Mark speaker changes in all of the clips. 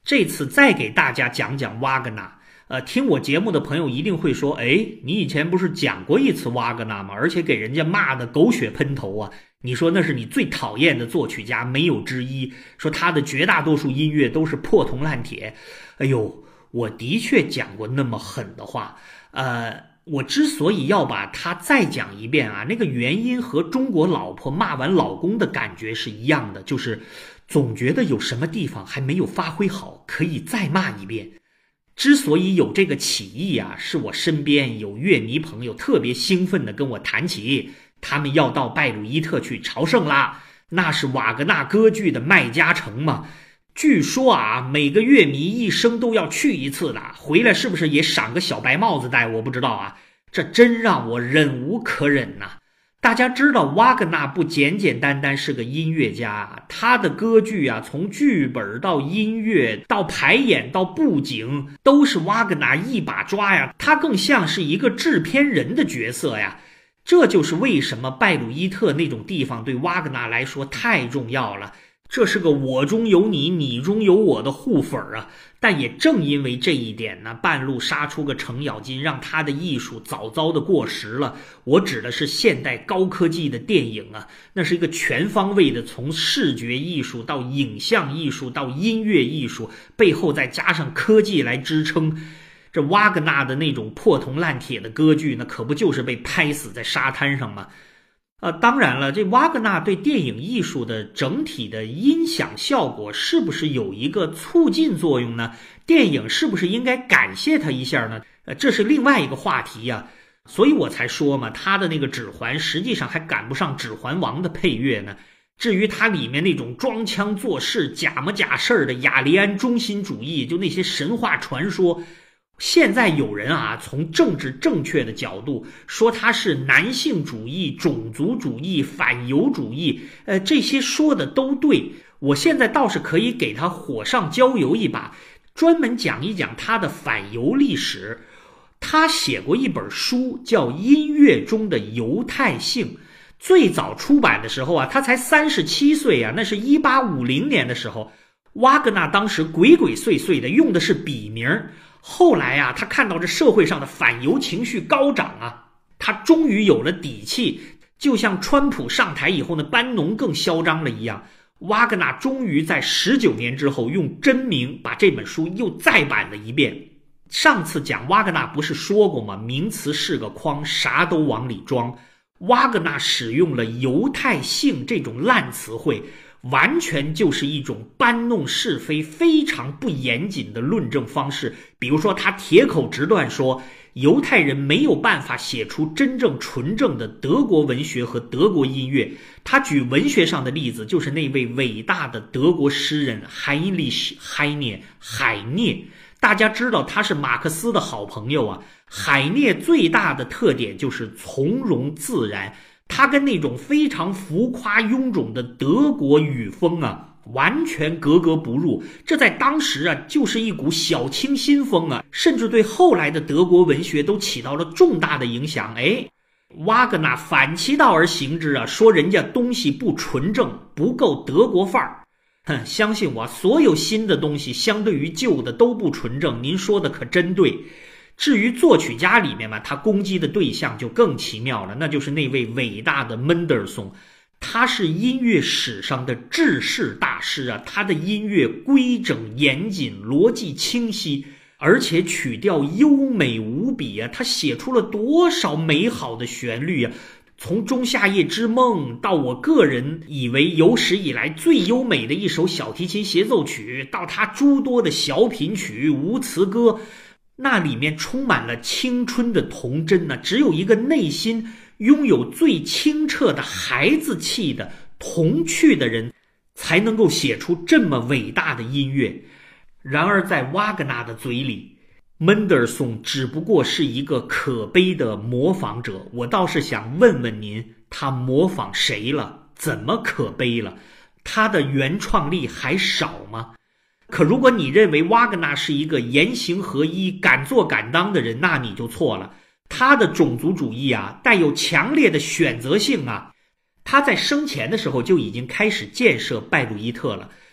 Speaker 1: 这次再给大家讲讲瓦格纳。听我节目的朋友一定会说，哎，你以前不是讲过一次瓦格纳吗？而且给人家骂得狗血喷头啊！你说那是你最讨厌的作曲家，没有之一。说他的绝大多数音乐都是破铜烂铁。哎呦，我的确讲过那么狠的话。我之所以要把它再讲一遍啊，那个原因和中国老婆骂完老公的感觉是一样的，就是总觉得有什么地方还没有发挥好，可以再骂一遍。之所以有这个起义啊，是我身边有乐迷朋友特别兴奋地跟我谈起，他们要到拜鲁伊特去朝圣啦，那是瓦格纳歌剧的麦加城嘛。据说啊，每个乐迷一生都要去一次的，回来是不是也赏个小白帽子戴？我不知道啊，这真让我忍无可忍呐。大家知道瓦格纳不简简单单是个音乐家，他的歌剧啊，从剧本到音乐到排演到布景，都是瓦格纳一把抓呀，他更像是一个制片人的角色呀。这就是为什么拜鲁伊特那种地方对瓦格纳来说太重要了。这是个我中有你，你中有我的互粉啊！但也正因为这一点呢，半路杀出个程咬金，让他的艺术早早的过时了。我指的是现代高科技的电影啊，那是一个全方位的，从视觉艺术到影像艺术到音乐艺术，背后再加上科技来支撑。这瓦格纳的那种破铜烂铁的歌剧，那可不就是被拍死在沙滩上吗？当然了，这瓦格纳对电影艺术的整体的音响效果是不是有一个促进作用呢？电影是不是应该感谢他一下呢？这是另外一个话题呀。所以我才说嘛，他的那个指环实际上还赶不上指环王的配乐呢。至于它里面那种装腔作势、假模假式的雅利安中心主义，就那些神话传说，现在有人啊，从政治正确的角度说它是男性主义、种族主义、反犹主义，这些说的都对。我现在倒是可以给他火上浇油一把，专门讲一讲他的反犹历史。他写过一本书叫《音乐中的犹太性》，最早出版的时候啊，他才37岁啊，那是1850年的时候。瓦格纳当时鬼鬼祟祟的，用的是笔名。后来啊，他看到这社会上的反犹情绪高涨啊，他终于有了底气，就像川普上台以后呢，班农更嚣张了一样。瓦格纳终于在19年之后用真名把这本书又再版了一遍。上次讲瓦格纳不是说过吗？名词是个筐，啥都往里装。瓦格纳使用了犹太性这种烂词汇，完全就是一种搬弄是非非常不严谨的论证方式。比如说他铁口直断说犹太人没有办法写出真正纯正的德国文学和德国音乐。他举文学上的例子，就是那位伟大的德国诗人Heinrich Heine，海涅。大家知道他是马克思的好朋友啊。海涅最大的特点就是从容自然，他跟那种非常浮夸臃肿的德国语风啊，完全格格不入。这在当时啊，就是一股小清新风啊，甚至对后来的德国文学都起到了重大的影响。瓦格纳反其道而行之啊，说人家东西不纯正，不够德国范儿。相信我，所有新的东西相对于旧的都不纯正，您说的可真对。至于作曲家里面嘛，他攻击的对象就更奇妙了，那就是那位伟大的门德尔松。他是音乐史上的治世大师啊，他的音乐规整严谨，逻辑清晰，而且曲调优美无比啊。他写出了多少美好的旋律啊，从仲夏夜之梦到我个人以为有史以来最优美的一首小提琴协奏曲，到他诸多的小品曲、无词歌，那里面充满了青春的童真啊。只有一个内心拥有最清澈的孩子气的童趣的人，才能够写出这么伟大的音乐。然而在瓦格纳的嘴里，门德尔松只不过是一个可悲的模仿者。我倒是想问问您，他模仿谁了？怎么可悲了？他的原创力还少吗？可如果你认为瓦格纳是一个言行合一、敢做敢当的人，那你就错了。他的种族主义啊，带有强烈的选择性啊。他在生前的时候就已经开始建设拜鲁伊特了。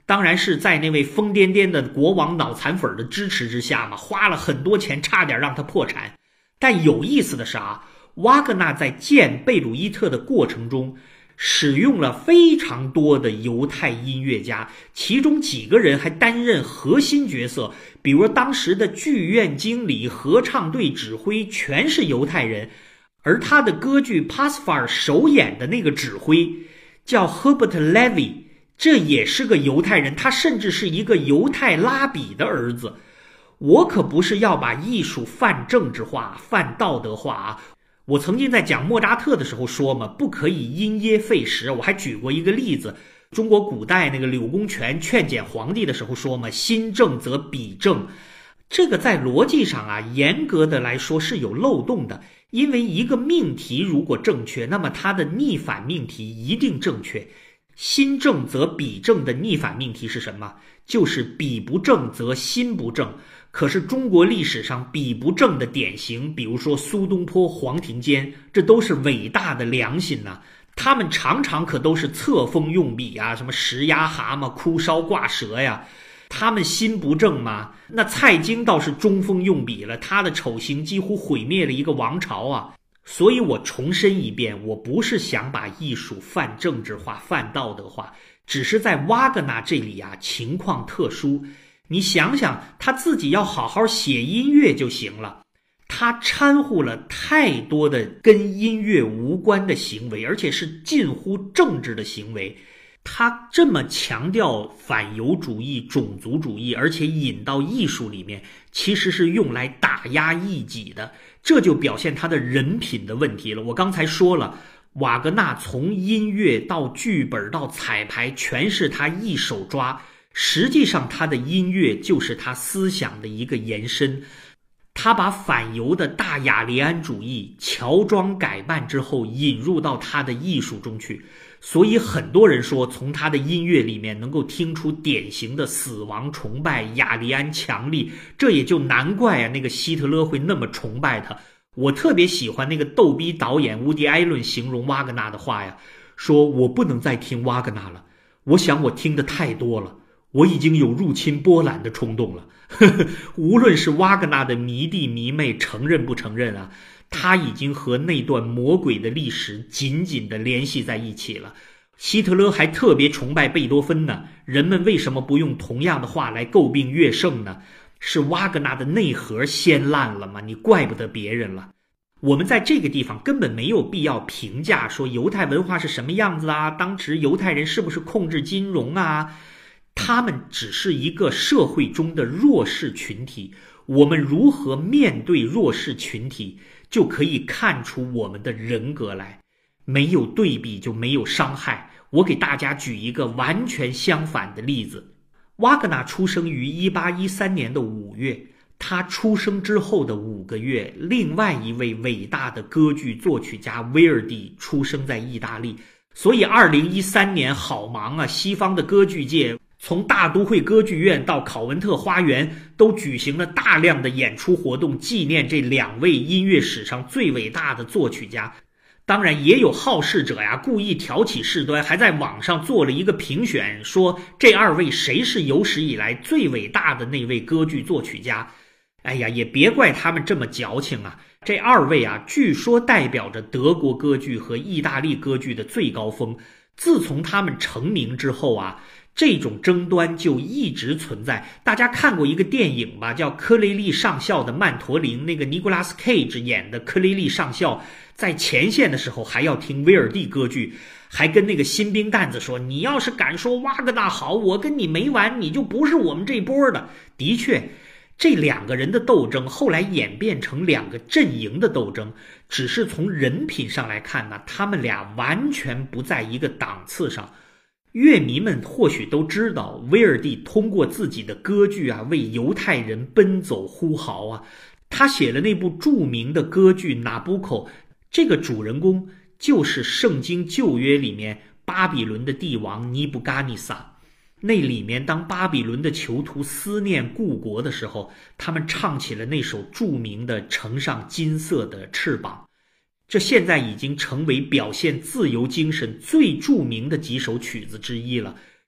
Speaker 1: 当然是在那位疯癫癫的国王脑残粉的支持之下嘛，花了很多钱，差点让他破产。但有意思的是啊，瓦格纳在建贝鲁伊特的过程中使用了非常多的犹太音乐家，其中几个人还担任核心角色，比如当时的剧院经理、合唱队指挥全是犹太人，而他的歌剧 Parsifal 首演的那个指挥叫 Herbert Levy， 这也是个犹太人，他甚至是一个犹太拉比的儿子。我可不是要把艺术泛政治化、泛道德化啊。我曾经在讲莫扎特的时候说嘛，不可以因噎废食。我还举过一个例子，中国古代那个柳公权劝谏皇帝的时候说嘛，心正则彼正。这个在逻辑上啊，严格的来说是有漏洞的，因为一个命题如果正确，那么它的逆反命题一定正确。心正则彼正的逆反命题是什么？就是彼不正则心不正。可是中国历史上彼不正的典型，比如说苏东坡、黄庭坚，这都是伟大的良心呐。他们常常可都是册封用笔啊，什么石压蛤蟆、哭烧挂舌呀。他们心不正吗？那蔡京倒是中锋用笔了，他的丑行几乎毁灭了一个王朝啊。所以我重申一遍，我不是想把艺术泛政治化、泛道德化，只是在瓦格纳这里啊，情况特殊。你想想，他自己要好好写音乐就行了，他掺和了太多的跟音乐无关的行为，而且是近乎政治的行为。他这么强调反犹主义、种族主义，而且引到艺术里面，其实是用来打压异己的，这就表现他的人品的问题了。我刚才说了，瓦格纳从音乐到剧本到彩排，全是他一手抓。实际上他的音乐就是他思想的一个延伸，他把反犹的大雅利安主义乔装改扮之后引入到他的艺术中去，所以很多人说从他的音乐里面能够听出典型的死亡崇拜、雅利安强力，这也就难怪啊，那个希特勒会那么崇拜他。我特别喜欢那个逗逼导演乌迪·艾伦形容瓦格纳的话呀，说我不能再听瓦格纳了，我想我听的太多了，我已经有入侵波兰的冲动了。无论是瓦格纳的迷弟迷妹承认不承认啊，他已经和那段魔鬼的历史紧紧地联系在一起了。希特勒还特别崇拜贝多芬呢，人们为什么不用同样的话来诟病乐圣呢？是瓦格纳的内核先烂了吗？你怪不得别人了。我们在这个地方根本没有必要评价说犹太文化是什么样子啊，当时犹太人是不是控制金融啊，他们只是一个社会中的弱势群体，我们如何面对弱势群体，就可以看出我们的人格来。没有对比就没有伤害。我给大家举一个完全相反的例子。瓦格纳出生于1813年的5月，他出生之后的5个月，另外一位伟大的歌剧作曲家威尔第出生在意大利。所以2013年好忙啊，西方的歌剧界从大都会歌剧院到考文特花园都举行了大量的演出活动，纪念这2位音乐史上最伟大的作曲家。当然也有好事者呀，故意挑起事端，还在网上做了一个评选，说这2位谁是有史以来最伟大的那位歌剧作曲家。哎呀，也别怪他们这么矫情啊，这2位啊，据说代表着德国歌剧和意大利歌剧的最高峰。自从他们成名之后啊，这种争端就一直存在。大家看过一个电影吧，叫《科雷利上校的曼陀林》，那个尼古拉斯 Cage 演的科雷利上校，在前线的时候还要听威尔第歌剧，还跟那个新兵蛋子说，你要是敢说瓦格纳好，我跟你没完，你就不是我们这波的。的确，这2个人的斗争后来演变成2个阵营的斗争，只是从人品上来看呢，他们俩完全不在一个档次上。乐迷们或许都知道，威尔第通过自己的歌剧啊，为犹太人奔走呼号啊。他写了那部著名的歌剧《拿布口》，这个主人公就是圣经旧约里面巴比伦的帝王尼布甲尼撒。那里面当巴比伦的囚徒思念故国的时候，他们唱起了那首著名的乘上金色的翅膀。这现在已经成为表现自由精神最著名的几首曲子之一了，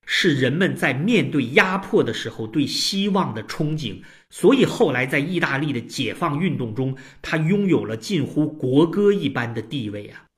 Speaker 1: 是人们在面对压迫的时候对希望的憧憬，所以后来在意大利的解放运动中，它拥有了近乎国歌一般的地位啊。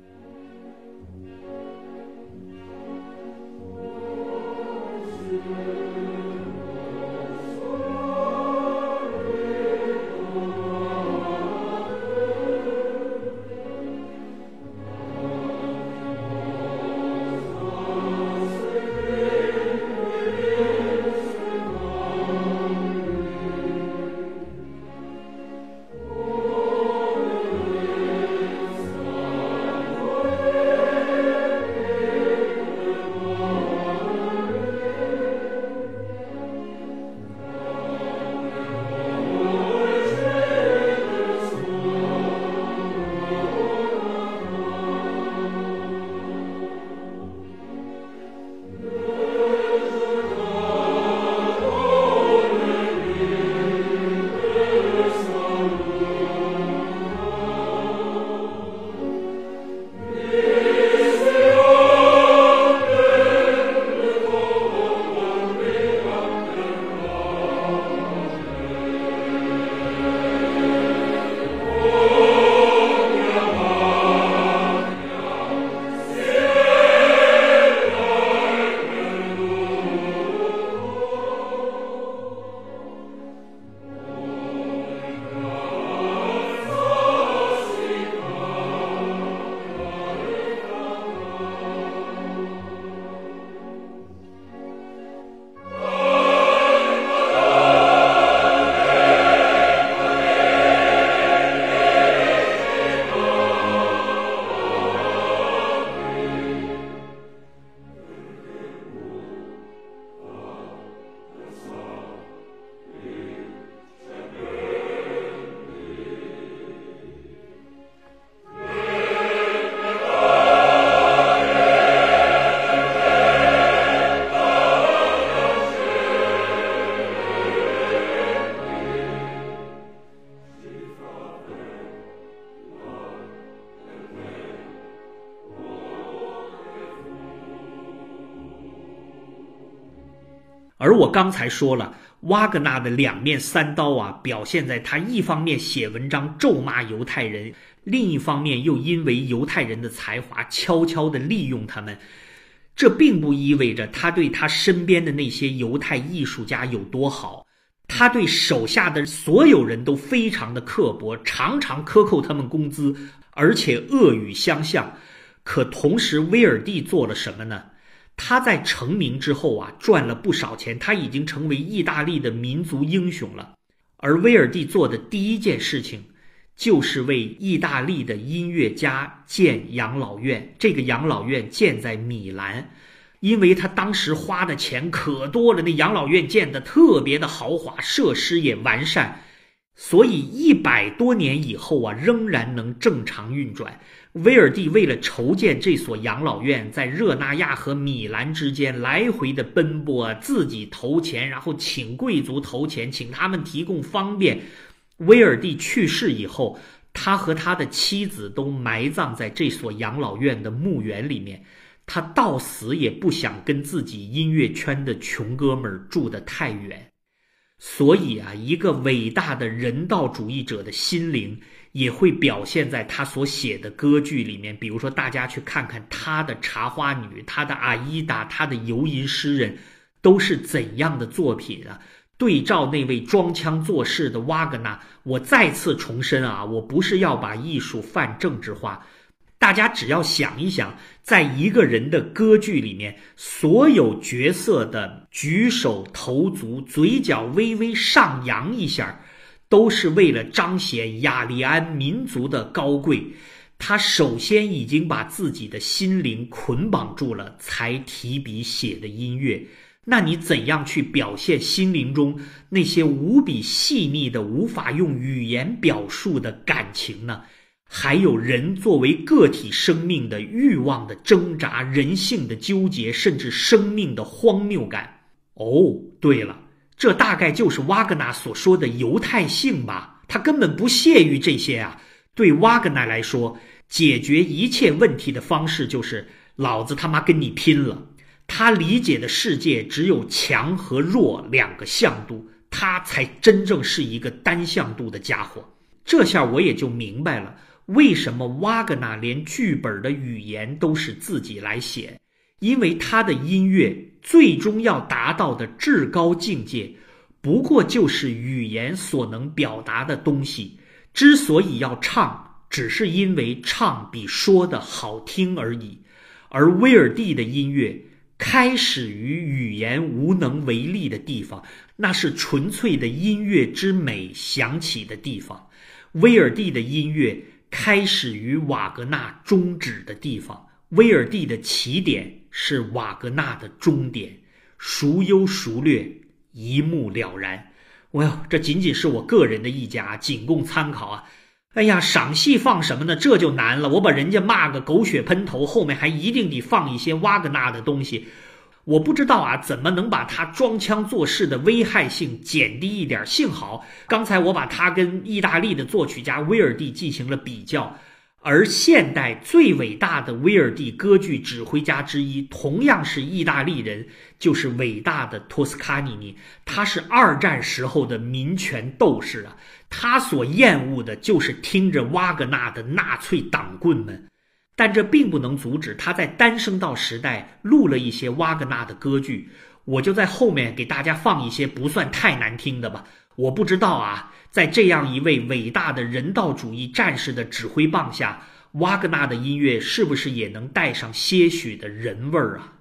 Speaker 1: 而我刚才说了，瓦格纳的两面三刀啊，表现在他一方面写文章咒骂犹太人，另一方面又因为犹太人的才华悄悄地利用他们。这并不意味着他对他身边的那些犹太艺术家有多好，他对手下的所有人都非常的刻薄，常常克扣他们工资，而且恶语相向。可同时威尔第做了什么呢？他在成名之后啊，赚了不少钱，他已经成为意大利的民族英雄了。而威尔第做的第一件事情，就是为意大利的音乐家建养老院。这个养老院建在米兰，因为他当时花的钱可多了，那养老院建得特别的豪华，设施也完善，所以100多年以后啊，仍然能正常运转。威尔第为了筹建这所养老院，在热那亚和米兰之间来回的奔波，自己投钱，然后请贵族投钱，请他们提供方便。威尔第去世以后，他和他的妻子都埋葬在这所养老院的墓园里面。他到死也不想跟自己音乐圈的穷哥们住得太远。所以啊，一个伟大的人道主义者的心灵也会表现在他所写的歌剧里面。比如说大家去看看他的茶花女，他的阿依达，他的游吟诗人，都是怎样的作品啊。对照那位装腔作势的瓦格纳，我再次重申啊，我不是要把艺术泛政治化，大家只要想一想，在一个人的歌剧里面，所有角色的举手投足，嘴角微微上扬一下，都是为了彰显雅利安民族的高贵。他首先已经把自己的心灵捆绑住了，才提笔写的音乐。那你怎样去表现心灵中那些无比细腻的无法用语言表述的感情呢？还有人作为个体生命的欲望的挣扎，人性的纠结，甚至生命的荒谬感。哦，对了，这大概就是瓦格纳所说的犹太性吧？他根本不屑于这些啊。对瓦格纳来说，解决一切问题的方式就是老子他妈跟你拼了。 他理解的世界只有强和弱两个向度，他才真正是一个单向度的家伙。这下我也就明白了，为什么瓦格纳连剧本的语言都是自己来写，因为他的音乐最终要达到的至高境界，不过就是语言所能表达的东西。之所以要唱，只是因为唱比说的好听而已。而威尔第的音乐开始于语言无能为力的地方，那是纯粹的音乐之美响起的地方。威尔第的音乐开始于瓦格纳终止的地方，威尔第的起点是瓦格纳的终点，孰优孰劣，一目了然。这仅仅是我个人的意见啊，仅供参考啊。哎呀，赏戏放什么呢？这就难了。我把人家骂个狗血喷头，后面还一定得放一些瓦格纳的东西。我不知道啊，怎么能把他装腔作势的危害性减低一点？幸好刚才我把他跟意大利的作曲家威尔第进行了比较，而现代最伟大的威尔第歌剧指挥家之一，同样是意大利人，就是伟大的托斯卡尼尼。他是二战时候的民权斗士啊，他所厌恶的就是听着瓦格纳的纳粹党棍们。但这并不能阻止他在单声道时代录了一些瓦格纳的歌剧，我就在后面给大家放一些不算太难听的吧。我不知道啊，在这样一位伟大的人道主义战士的指挥棒下，瓦格纳的音乐是不是也能带上些许的人味儿啊？